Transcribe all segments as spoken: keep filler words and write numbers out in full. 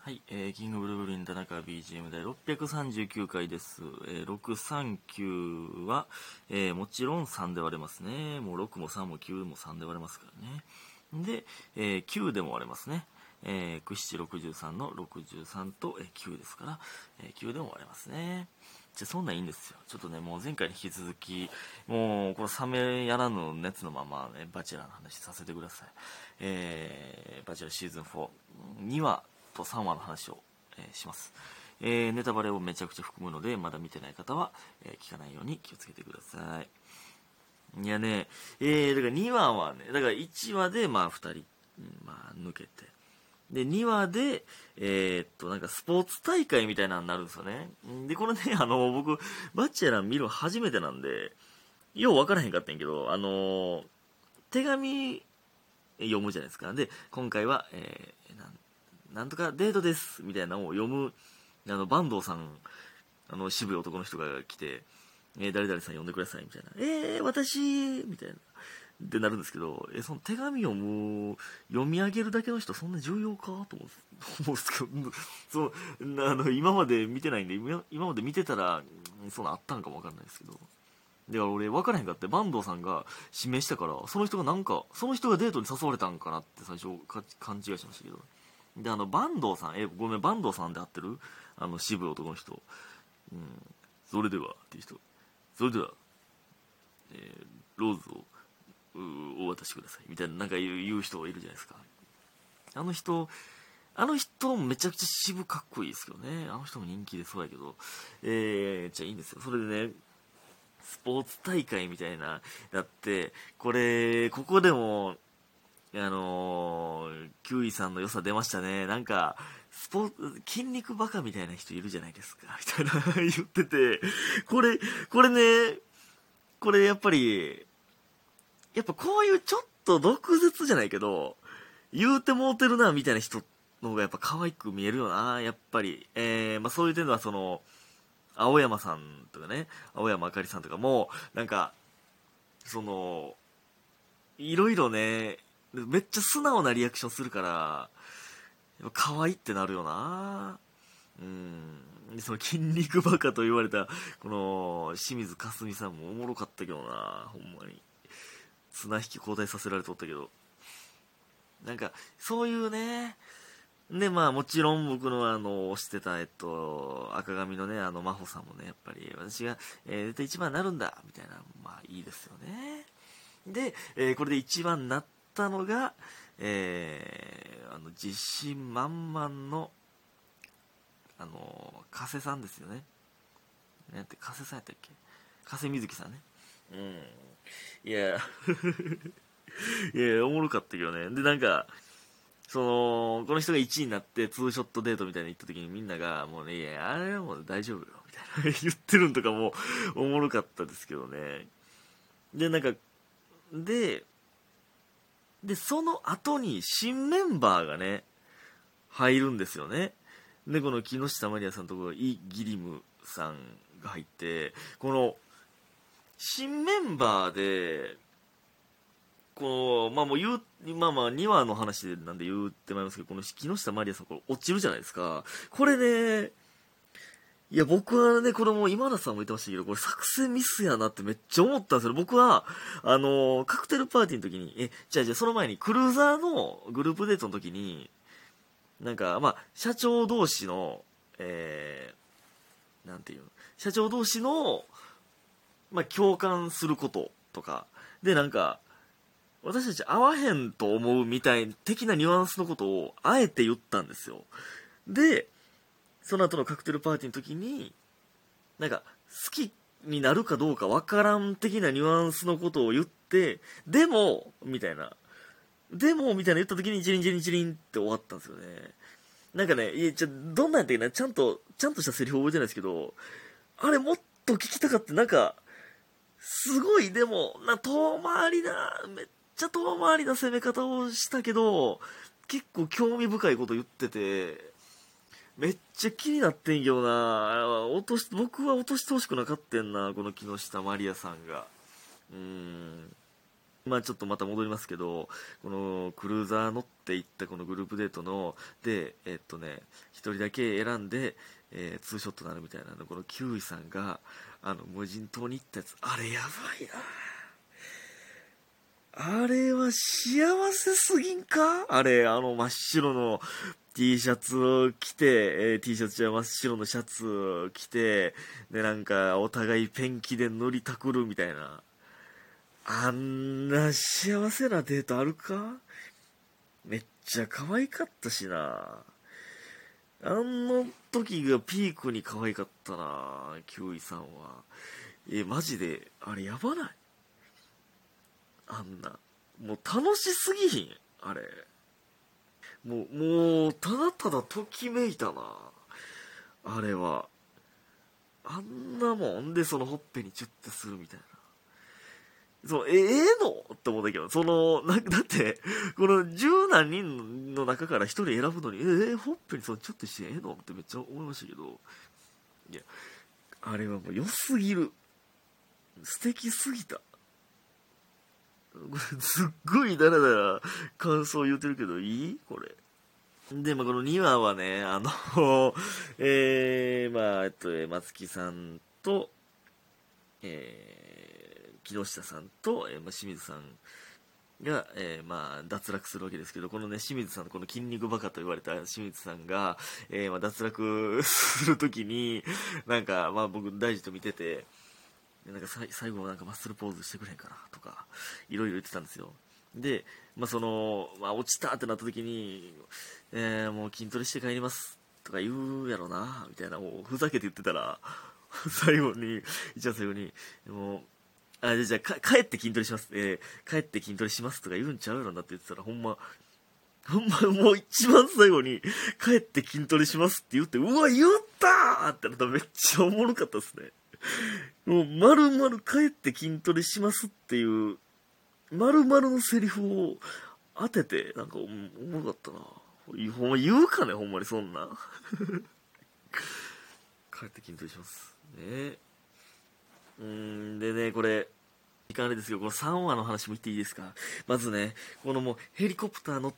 はい、えー、キングブルーブリン田中 ビージーエム 第ろっぴゃくさんじゅうきゅうかいです。えー、ろくさんきゅうは、えー、もちろんさんで割れますね。もうろくもさんもきゅうもさんで割れますからね。で、えー、きゅうでも割れますね。えー、く、なな、ろくじゅうさんのろくじゅうさんと、えー、きゅうですから、えー、きゅうでも割れますね。じゃそんなんいいんですよ。ちょっとね、もう前回に引き続き、もう、この冷めやらぬ熱のままね、バチェラーの話させてください。えー、バチェラーシーズンフォー、にわとさんわの話を、えーします。えー、ネタバレをめちゃくちゃ含むので、まだ見てない方は、えー聞かないように気をつけてください。いやね、えー、だからにわはね、だからいちわで、まあふたり、うんまあ抜けて、で、にわで、えーっと、なんかスポーツ大会みたいなのになるんですよね。で、これね、あの、僕、バチェラー見るの初めてなんで、よう分からへんかったんやけど、あの、手紙読むじゃないですか。で、今回は、えー、なんなんとかデートですみたいなのを読む、あの、坂東さん、あの、渋い男の人が来て、えー、誰々さん呼んでくださいみたいな。えー、私みたいな。ってなるんですけど、え、その手紙をもう、読み上げるだけの人そんな重要かと思うんです思うんですけど、そう、あの、今まで見てないんで、今今まで見てたら、そんなんあったんかもわかんないですけど。だから俺分からへんかって坂東さんが指名したからその人がなんかその人がデートに誘われたんかなって最初か勘違いしましたけど、であの坂東さん、えごめん坂東さんで合ってる、あの渋い男の人、うん、それではっていう人、それでは、えーローズをお渡しくださいみたいななんか言う言う人がいるじゃないですか。あの人あの人めちゃくちゃ渋かっこいいですけどね。あの人も人気でそうやけど、えー、じゃあいいんですよ。それでね、スポーツ大会みたいなだって、これここでもあのー、キウイさんの良さ出ましたね。なんかスポ筋肉バカみたいな人いるじゃないですかみたいな言ってて、これこれね、これやっぱりやっぱこういうちょっと毒舌じゃないけど言うてもうてるなみたいな人の方がやっぱ可愛く見えるよな、やっぱり。えー、まあそういう点ではその青山さんとかね、青山あかりさんとかもなんかそのいろいろね、めっちゃ素直なリアクションするからやっぱ可愛いってなるよな。うん、その筋肉バカと言われたこの清水かすみさんもおもろかったけどな、ほんまに綱引き交代させられとったけど、なんかそういうね。でまあもちろん僕のあの推してたえっと赤髪のねあの真帆さんもね、やっぱり私が、えー、絶対一番になるんだみたいな、まあいいですよね。で、えーこれで一番になったのが、えーあの自信満々のあの加瀬さんですよね。なんて加瀬さんやったっけ、加瀬瑞希さんね。うん、いやいやおもろかったけどね。でなんかそのこの人がいちいになってツーショットデートみたいに行った時にみんながもうね、いやあれはもう大丈夫よみたいな言ってるんとかもおもろかったですけどね。でなんかででその後に新メンバーがね入るんですよね。でこの木下まりやさんとこイ・ギリムさんが入って、この新メンバーでこのまあもう言うまあまあにわの話なんで言ってまいりますけど、この木下まりやさんこれ落ちるじゃないですか。これね、いや僕はねこれも今田さんも言ってましたけど、これ作戦ミスやなってめっちゃ思ったんですよ。僕はあのカクテルパーティーの時に、えじゃあじゃあその前にクルーザーのグループデートの時になんかまあ社長同士のえー、なんていうの社長同士のまあ共感することとかで、なんか私たち合わへんと思うみたい的なニュアンスのことをあえて言ったんですよ。でその後のカクテルパーティーの時になんか好きになるかどうかわからん的なニュアンスのことを言って、でもみたいなでもみたいな言った時にチリンチリンチリンって終わったんですよね。なんかね、いやじゃどんなんやったっけな、ちゃんとちゃんとしたセリフ覚えてないですけど、あれもっと聞きたかった。なんかすごいでもな遠回りなめっちゃ遠回りな攻め方をしたけど結構興味深いこと言っててめっちゃ気になってんけどな。落とし僕は落としてほしくなかったんな、この木下まりやさんが。うーんまあちょっとまた戻りますけど、このクルーザー乗っていったこのグループデートので、えっとね一人だけ選んで、えー、ツーショットになるみたいなの、このキウイさんがあの無人島に行ったやつ、あれやばいな。あれは幸せすぎんか。あれ、あの真っ白の T シャツを着て、えー、T シャツじゃ真っ白のシャツを着て、でなんかお互いペンキで塗りたくるみたいな、あんな幸せなデートあるか。めっちゃ可愛かったしな。あの時がピークに可愛かったな、キウイさんは。え、マジで、あれやばない？あんな。もう楽しすぎひん？あれ。もう、もう、ただただときめいたな。あれは。あんなもんで、そのほっぺにチュッてするみたいな。そう、ええのって思うんだけど、その、な、だって、この十何人の中から一人選ぶのに、ええほっぺにそうちょっとしてええのってめっちゃ思いましたけど、いや、あれはもう良すぎる。素敵すぎた。これすっごいダラダラ感想言うてるけど、いいこれ。で、まあ、このにわはね、あの、えー、まあ、えっと、松木さんと、えー、木下さんと、えーまあ、清水さんが、えー、まあ、脱落するわけですけど、このね、清水さんのこの筋肉バカと言われた清水さんが、えー、まあ、脱落するときに、なんか、まあ、僕、大事と見てて、なんかさ最後なんかマッスルポーズしてくれへんかなとか、いろいろ言ってたんですよ。で、まあ、その、まあ、落ちたってなった時に、えー、もう筋トレして帰りますとか言うやろな、みたいな、もうふざけて言ってたら、最後に、一番最後に、もう、あ、じゃあ、じゃあ帰って筋トレします。えー、帰って筋トレしますとか言うんちゃうやろなって言ってたら、ほんま、ほんま、もう一番最後に、帰って筋トレしますって言って、うわ、言ったーってなったらめっちゃおもろかったですね。もう、丸々帰って筋トレしますっていう、丸々のセリフを当てて、なんかおもろかったな。ほんま言うかね、ほんまにそんな。帰って筋トレします。ね。うーん、でね、これ、時間あれですけど、このさんわの話も言っていいですか。まずね、このもうヘリコプター乗って、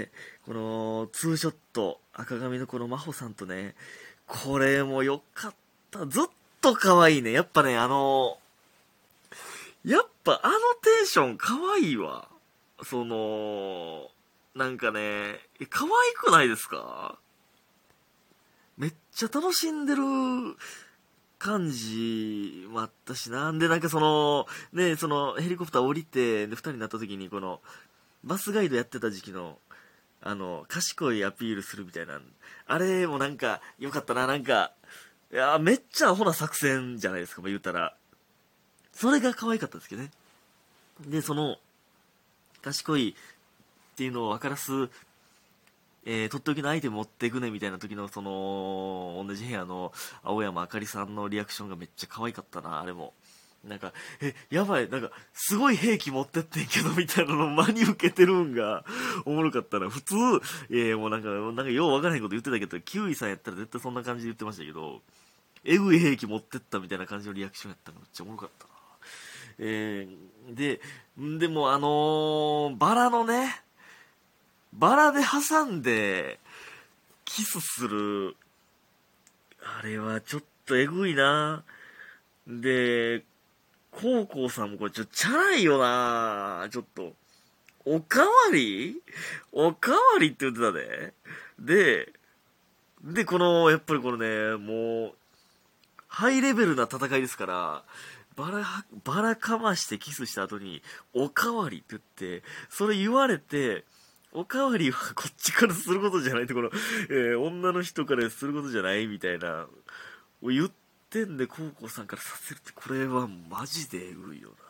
このツーショット、赤髪のこの真帆さんとね、これもよかった。ずっと可愛いね。やっぱね、あの、やっぱあのテンション可愛いわ。その、なんかね、可愛くないですか？めっちゃ楽しんでる感じもあったしな。んで、なんかその、ね、そのヘリコプター降りて、で、二人になった時に、この、バスガイドやってた時期の、あの、賢いアピールするみたいな、あれもなんか、良かったな、なんか、いや、めっちゃアホな作戦じゃないですか、言うたら。それが可愛かったですけどね。で、その、賢いっていうのを分からす、えー、とっておきのアイテム持っていくねみたいな時の、その、同じ部屋の青山あかりさんのリアクションがめっちゃ可愛かったな、あれも。なんか、え、やばい、なんか、すごい兵器持ってってんけど、みたいなのを真に受けてるんが、おもろかったな。普通、えー、もうなんか、なんか、ようわからへんこと言ってたけど、キウイさんやったら絶対そんな感じで言ってましたけど、えぐい兵器持ってったみたいな感じのリアクションやったのめっちゃおもろかったな。えー、で、でもあのー、バラのね、バラで挟んで、キスする、あれはちょっとえぐいな。で、コウコウさんもこれちょっとチャラいよな。ちょっと、おかわりおかわりって言ってたで。で、で、この、やっぱりこのね、もう、ハイレベルな戦いですから、バラ、バラかましてキスした後に、おかわりって言って、それ言われて、おかわりはこっちからすることじゃないところ、えー、女の人からすることじゃないみたいな、を言ってんで、コウコウさんからさせるって、これはマジでえぐいよな。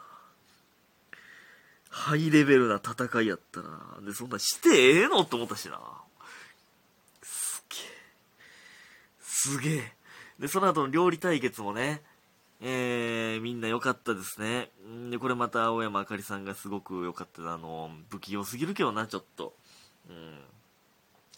ハイレベルな戦いやったな。で、そんなしてええのって思ったしな。すげえ。すげえ。で、その後の料理対決もね、えー、みんな良かったですね。で、これまた青山あかりさんがすごく良かった。あの、不器用すぎるけどな、ちょっと。うん。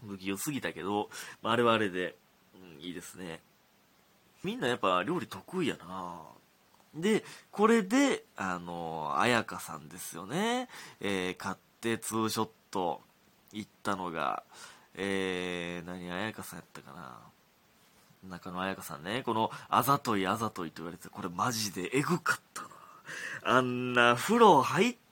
不器用すぎたけど、まあ、あれはあれで、うん、いいですね。みんなやっぱ料理得意やな。 で、これで、あの、彩香さんですよね。えー、買ってツーショット行ったのが、えー、何、彩香さんやったかな。中野彩香さんね、この、あざといあざといと言われて、これマジでエグかったな。あんな風呂入って、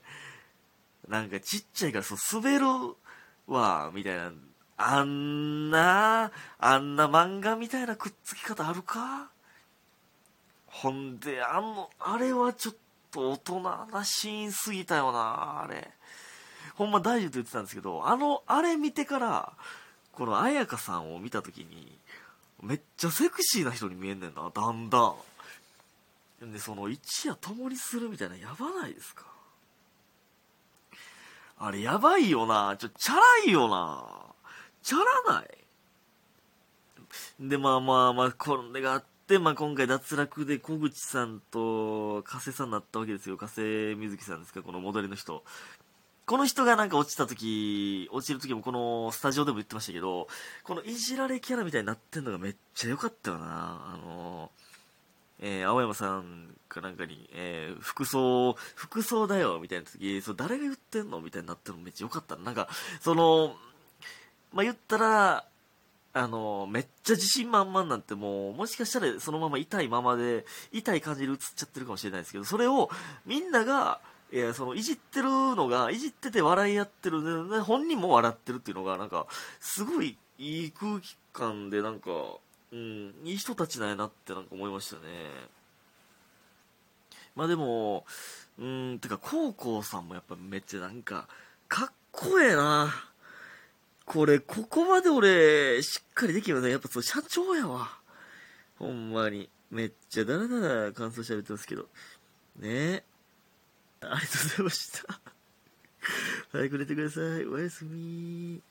なんかちっちゃいからそう滑るわ、みたいな。あんな、あんな漫画みたいなくっつき方あるか？ほんで、あの、あれはちょっと大人なシーンすぎたよな、あれ。ほんま大丈夫と言ってたんですけど、あの、あれ見てから、この彩香さんを見たときに、めっちゃセクシーな人に見えんねんな、だんだん。で、その一夜共にするみたいなやばないですか？あれやばいよな、ちょ、チャラいよな。チャラない？で、まあまあまあ、これがあって、まあ今回脱落で小口さんと加瀬さんになったわけですよ。加瀬瑞希さんですか、このモデルの人。この人がなんか落ちた時、落ちる時もこのスタジオでも言ってましたけど、このいじられキャラみたいになってんのがめっちゃ良かったよな。あの、えー、青山さんかなんかに、えー、服装、服装だよみたいな時、それ誰が言ってんのみたいになってるのめっちゃ良かったな。なんか、その、まあ、言ったら、あの、めっちゃ自信満々なんてもう、もしかしたらそのまま痛いままで、痛い感じで映っちゃってるかもしれないですけど、それをみんなが、いや、その、いじってるのが、いじってて笑い合ってるね、本人も笑ってるっていうのが、なんか、すごいいい空気感で、なんか、うん、いい人たちなんやなってなんか思いましたね。まあでも、うん、てか、コウコウさんもやっぱめっちゃなんか、かっこええな。これ、ここまで俺、しっかりできるね。やっぱそう、社長やわ。ほんまに。めっちゃだらだら感想喋ってますけど。ねえ。ありがとうございました。早く寝てください。おやすみ。